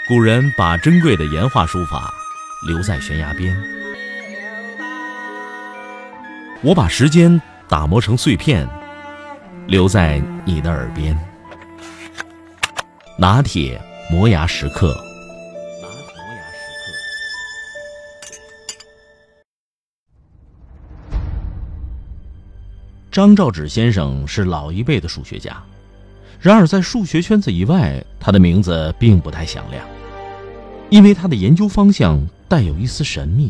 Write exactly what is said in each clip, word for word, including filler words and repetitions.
古人把珍贵的岩画书法留在悬崖边，我把时间打磨成碎片，留在你的耳边。拿铁磨牙时刻。张兆纸先生是老一辈的数学家，然而在数学圈子以外，他的名字并不太响亮，因为他的研究方向带有一丝神秘。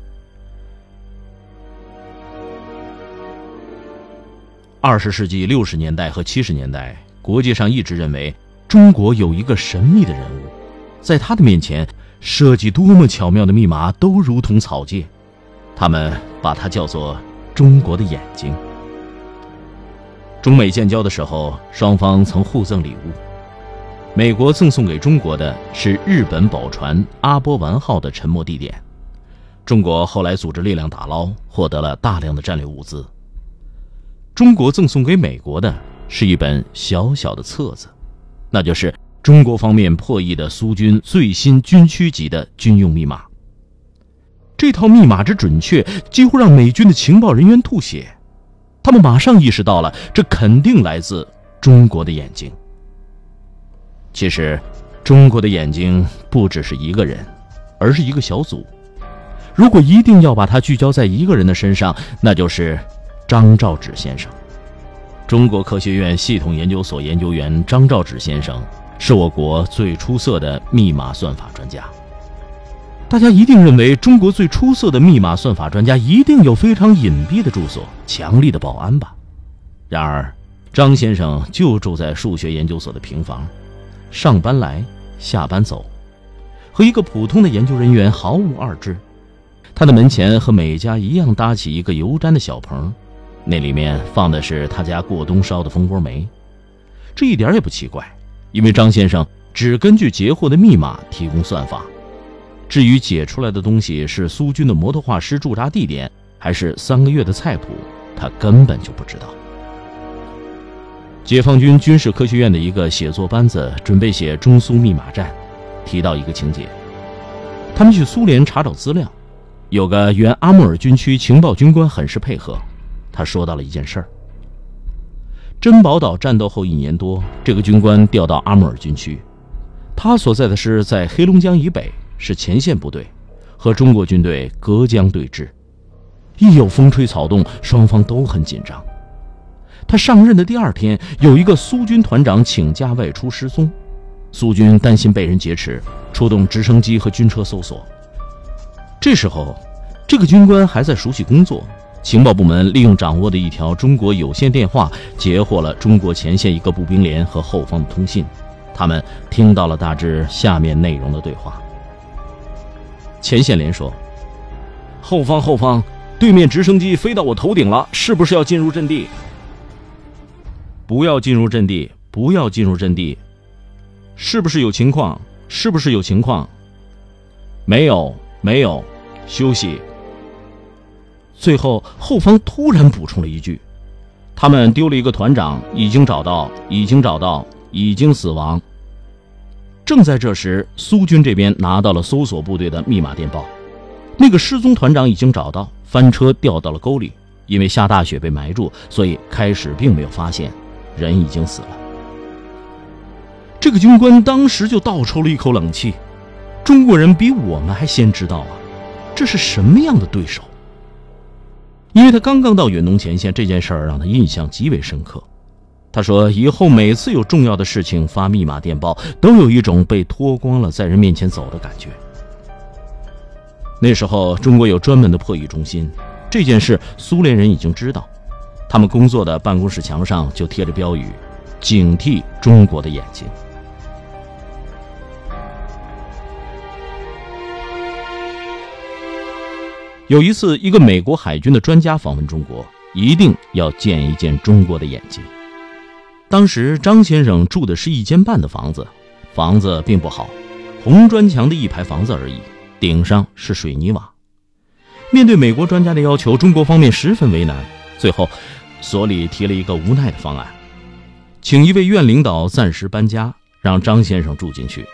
二十世纪六十年代和七十年代，国际上一直认为中国有一个神秘的人物，在他的面前，设计多么巧妙的密码都如同草芥。他们把它叫做中国的眼睛。中美建交的时候，双方曾互赠礼物。美国赠送给中国的是日本宝船阿波丸号的沉没地点，中国后来组织力量打捞，获得了大量的战略物资。中国赠送给美国的是一本小小的册子，那就是中国方面破译的苏军最新军区级的军用密码。这套密码之准确，几乎让美军的情报人员吐血。他们马上意识到了，这肯定来自中国的眼睛。其实，中国的眼睛不只是一个人，而是一个小组。如果一定要把它聚焦在一个人的身上，那就是张兆纸先生。中国科学院系统研究所研究员张兆纸先生是我国最出色的密码算法专家。大家一定认为中国最出色的密码算法专家一定有非常隐蔽的住所，强力的保安吧？然而，张先生就住在数学研究所的平房，上班来，下班走，和一个普通的研究人员毫无二致。他的门前和每家一样搭起一个油毡的小棚，那里面放的是他家过冬烧的蜂窝煤。这一点也不奇怪，因为张先生只根据截获的密码提供算法。至于解出来的东西是苏军的摩托化师驻扎地点，还是三个月的菜谱，他根本就不知道。解放军军事科学院的一个写作班子准备写中苏密码战，提到一个情节：他们去苏联查找资料，有个原阿穆尔军区情报军官很是配合。他说到了一件事儿：珍宝岛战斗后一年多，这个军官调到阿穆尔军区，他所在的师在黑龙江以北，是前线部队，和中国军队隔江对峙。一有风吹草动，双方都很紧张。他上任的第二天，有一个苏军团长请假外出失踪，苏军担心被人劫持，出动直升机和军车搜索。这时候，这个军官还在熟悉工作，情报部门利用掌握的一条中国有线电话，截获了中国前线一个步兵连和后方的通信。他们听到了大致下面内容的对话。前线连说：后方后方，对面直升机飞到我头顶了，是不是要进入阵地？不要进入阵地，不要进入阵地。是不是有情况？是不是有情况？没有，没有，休息。最后后方突然补充了一句：他们丢了一个团长，已经找到，已经找到，已经死亡。正在这时，苏军这边拿到了搜索部队的密码电报，那个失踪团长已经找到，翻车掉到了沟里，因为下大雪被埋住，所以开始并没有发现，人已经死了。这个军官当时就倒抽了一口冷气，中国人比我们还先知道啊，这是什么样的对手？因为他刚刚到远东前线，这件事儿让他印象极为深刻。他说以后每次有重要的事情发密码电报，都有一种被脱光了在人面前走的感觉。那时候中国有专门的破译中心，这件事苏联人已经知道，他们工作的办公室墙上就贴着标语：警惕中国的眼睛。有一次，一个美国海军的专家访问中国，一定要见一见中国的眼睛。当时张先生住的是一间半的房子，房子并不好，红砖墙的一排房子而已，顶上是水泥瓦。面对美国专家的要求，中国方面十分为难，最后所里提了一个无奈的方案，请一位院领导暂时搬家，让张先生住进去，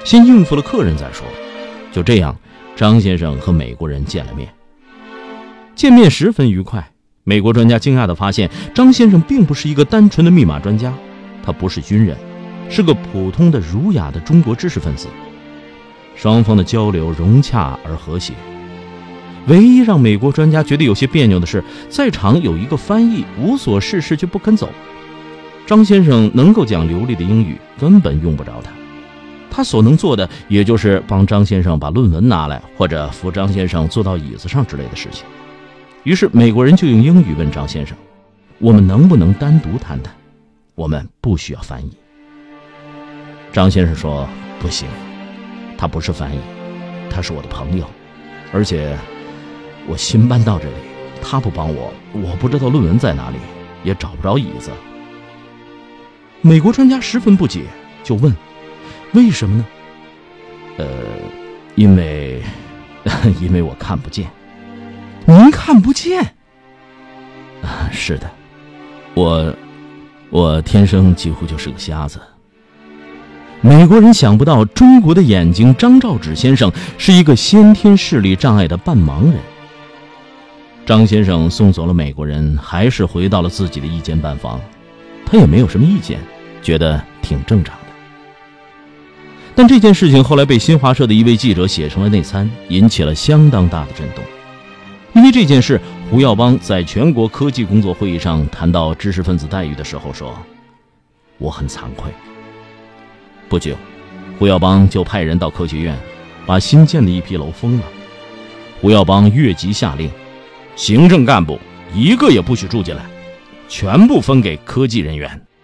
先应付了客人再说。就这样，张先生和美国人见了面。见面十分愉快。美国专家惊讶地发现，张先生并不是一个单纯的密码专家，他不是军人，是个普通的儒雅的中国知识分子。双方的交流融洽而和谐。唯一让美国专家觉得有些别扭的是，在场有一个翻译无所事事却不肯走。张先生能够讲流利的英语，根本用不着他。他所能做的也就是帮张先生把论文拿来，或者扶张先生坐到椅子上之类的事情。于是美国人就用英语问张先生，我们能不能单独谈谈？我们不需要翻译。张先生说，不行，他不是翻译，他是我的朋友，而且我新搬到这里，他不帮我，我不知道论文在哪里，也找不着椅子。美国专家十分不解，就问，为什么呢？呃，因为因为我看不见。您看不见？啊，是的，我我天生几乎就是个瞎子。美国人想不到中国的眼睛张兆纸先生是一个先天视力障碍的半盲人。张先生送走了美国人，还是回到了自己的一间半房。他也没有什么意见，觉得挺正常的。但这件事情后来被新华社的一位记者写成了内参，引起了相当大的震动。因为这件事，胡耀邦在全国科技工作会议上谈到知识分子待遇的时候说，我很惭愧。不久，胡耀邦就派人到科学院，把新建的一批楼封了。胡耀邦越级下令，行政干部一个也不许住进来，全部分给科技人员。